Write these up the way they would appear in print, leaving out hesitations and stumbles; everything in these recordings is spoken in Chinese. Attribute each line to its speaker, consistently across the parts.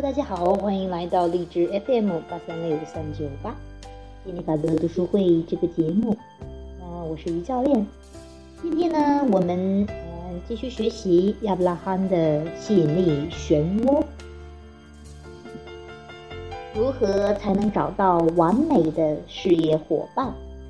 Speaker 1: 大家好，欢迎来到荔枝 FM836398心理法则读书会这个节目。我是于教练。今天呢，我们继续学习亚伯拉罕的吸引力漩涡。如何才能找到完美的事业伙伴？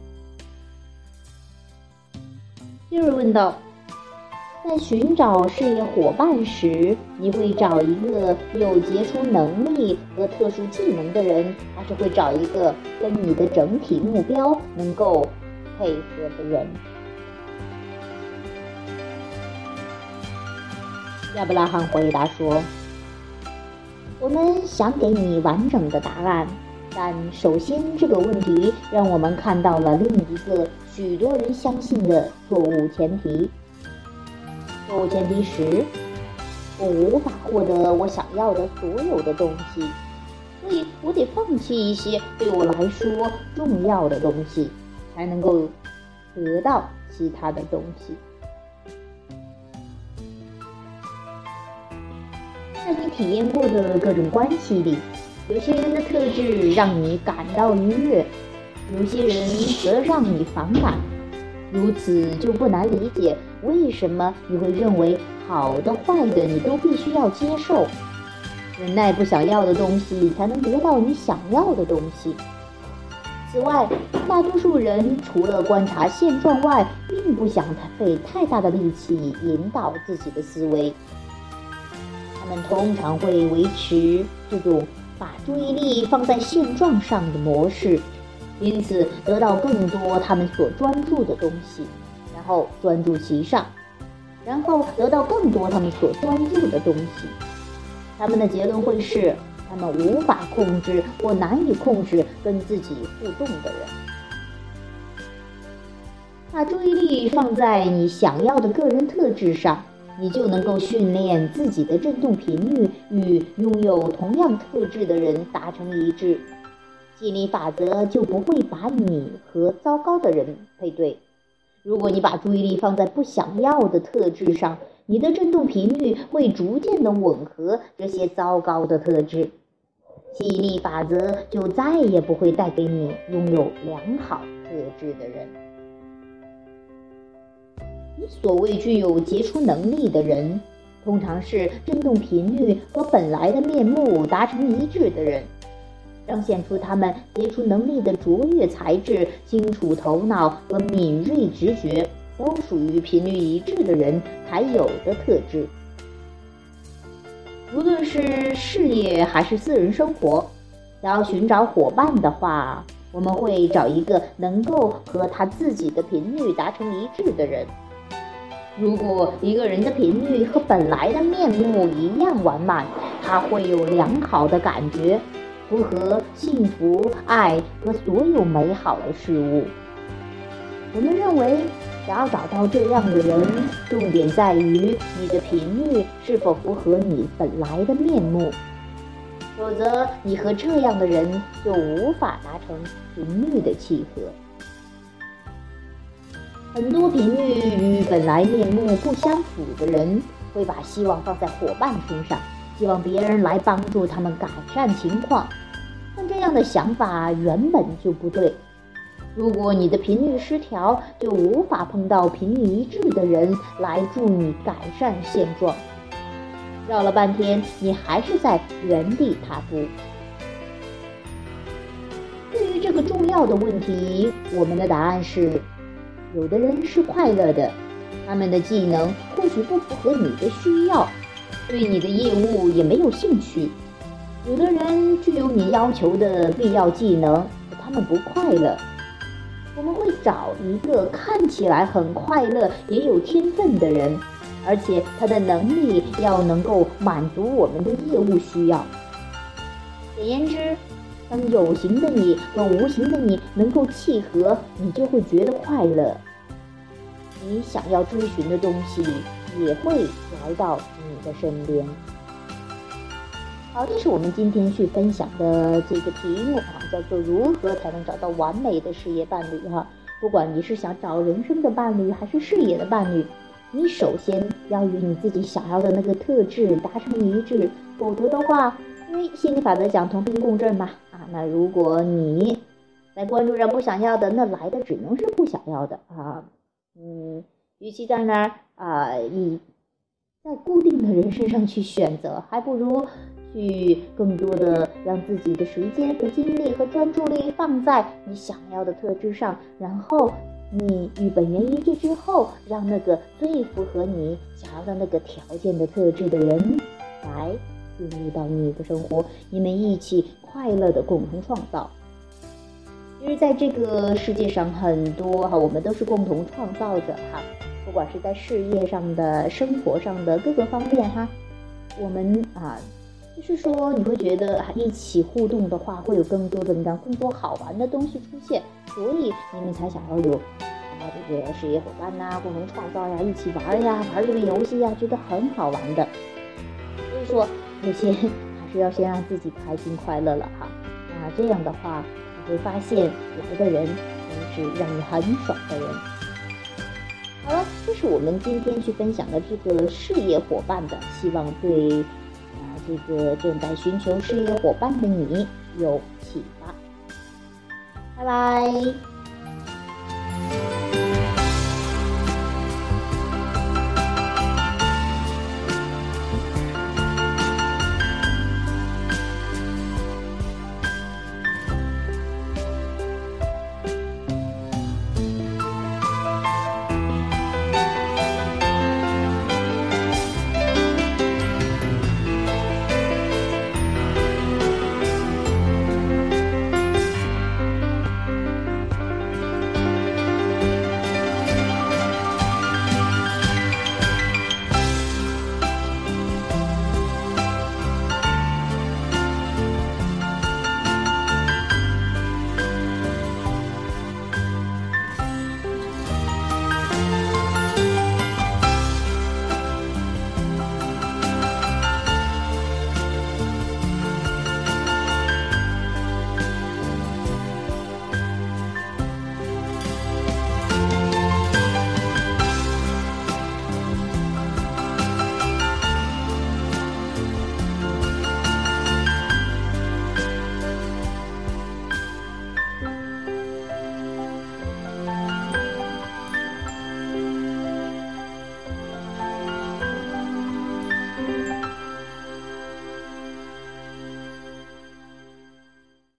Speaker 1: 第二问道，在寻找事业伙伴时，你会找一个有杰出能力和特殊技能的人，还是会找一个跟你的整体目标能够配合的人？亚伯拉罕回答说，我们想给你完整的答案，但首先这个问题让我们看到了另一个许多人相信的错误前提。错误前提是，我无法获得我想要的所有的东西，所以我得放弃一些对我来说重要的东西，才能够得到其他的东西。在你体验过的各种关系里，有些人的特质让你感到愉悦，有些人则让你反感。如此就不难理解为什么你会认为好的坏的你都必须要接受，忍耐不想要的东西才能得到你想要的东西。此外，大多数人除了观察现状外，并不想费太大的力气引导自己的思维。他们通常会维持这种把注意力放在现状上的模式，因此得到更多他们所专注的东西，然后专注其上，然后得到更多他们所专注的东西。他们的结论会是，他们无法控制或难以控制跟自己互动的人。把注意力放在你想要的个人特质上，你就能够训练自己的振动频率与拥有同样特质的人达成一致。吸引力法则就不会把你和糟糕的人配对。如果你把注意力放在不想要的特质上，你的振动频率会逐渐的吻合这些糟糕的特质。吸引力法则就再也不会带给你拥有良好特质的人。你所谓具有杰出能力的人，通常是振动频率和本来的面目达成一致的人，彰显出他们杰出能力的卓越才智、清楚头脑和敏锐直觉，都属于频率一致的人才有的特质。无论是事业还是私人生活，想要寻找伙伴的话，我们会找一个能够和他自己的频率达成一致的人。如果一个人的频率和本来的面目一样完满，他会有良好的感觉，符合幸福、爱和所有美好的事物。我们认为，想要找到这样的人，重点在于你的频率是否符合你本来的面目，否则你和这样的人就无法达成频率的契合。很多频率与本来面目不相符的人，会把希望放在伙伴身上，希望别人来帮助他们改善情况。但这样的想法原本就不对。如果你的频率失调，就无法碰到频率一致的人来助你改善现状。绕了半天，你还是在原地踏步。对于这个重要的问题，我们的答案是，有的人是快乐的，他们的技能或许不符合你的需要，对你的业务也没有兴趣。有的人具有你要求的必要技能，他们不快乐。我们会找一个看起来很快乐也有天分的人，而且他的能力要能够满足我们的业务需要。简言之，当有形的你和无形的你能够契合，你就会觉得快乐。你想要追寻的东西也会来到你的身边。好，这是我们今天去分享的这个题目叫做如何才能找到完美的事业伴侣不管你是想找人生的伴侣还是事业的伴侣，你首先要与你自己想要的那个特质达成一致，否则的话，因因为心理法则讲同频共振嘛，那如果你在关注着不想要的，那来的只能是不想要的与其在那儿以在固定的人身上去选择，还不如去更多的让自己的时间和精力和专注力放在你想要的特质上，然后你与本源一致之后，让那个最符合你想要的那个条件的特质的人来进入到你的生活，你们一起快乐的共同创造。其实在这个世界上很多我们都是共同创造者不管是在事业上的、生活上的各个方面我们就是说你会觉得一起互动的话，会有更多的更多好玩的东西出现，所以你们才想要有这个事业伙伴共同创造一起玩玩这个游戏觉得很好玩的。所以说这些还是要先让自己开心快乐了那这样的话你会发现来的人都是让你很爽的人。好了，这是我们今天去分享的这个事业伙伴的，希望对这个正在寻求事业伙伴的你有启发。拜拜。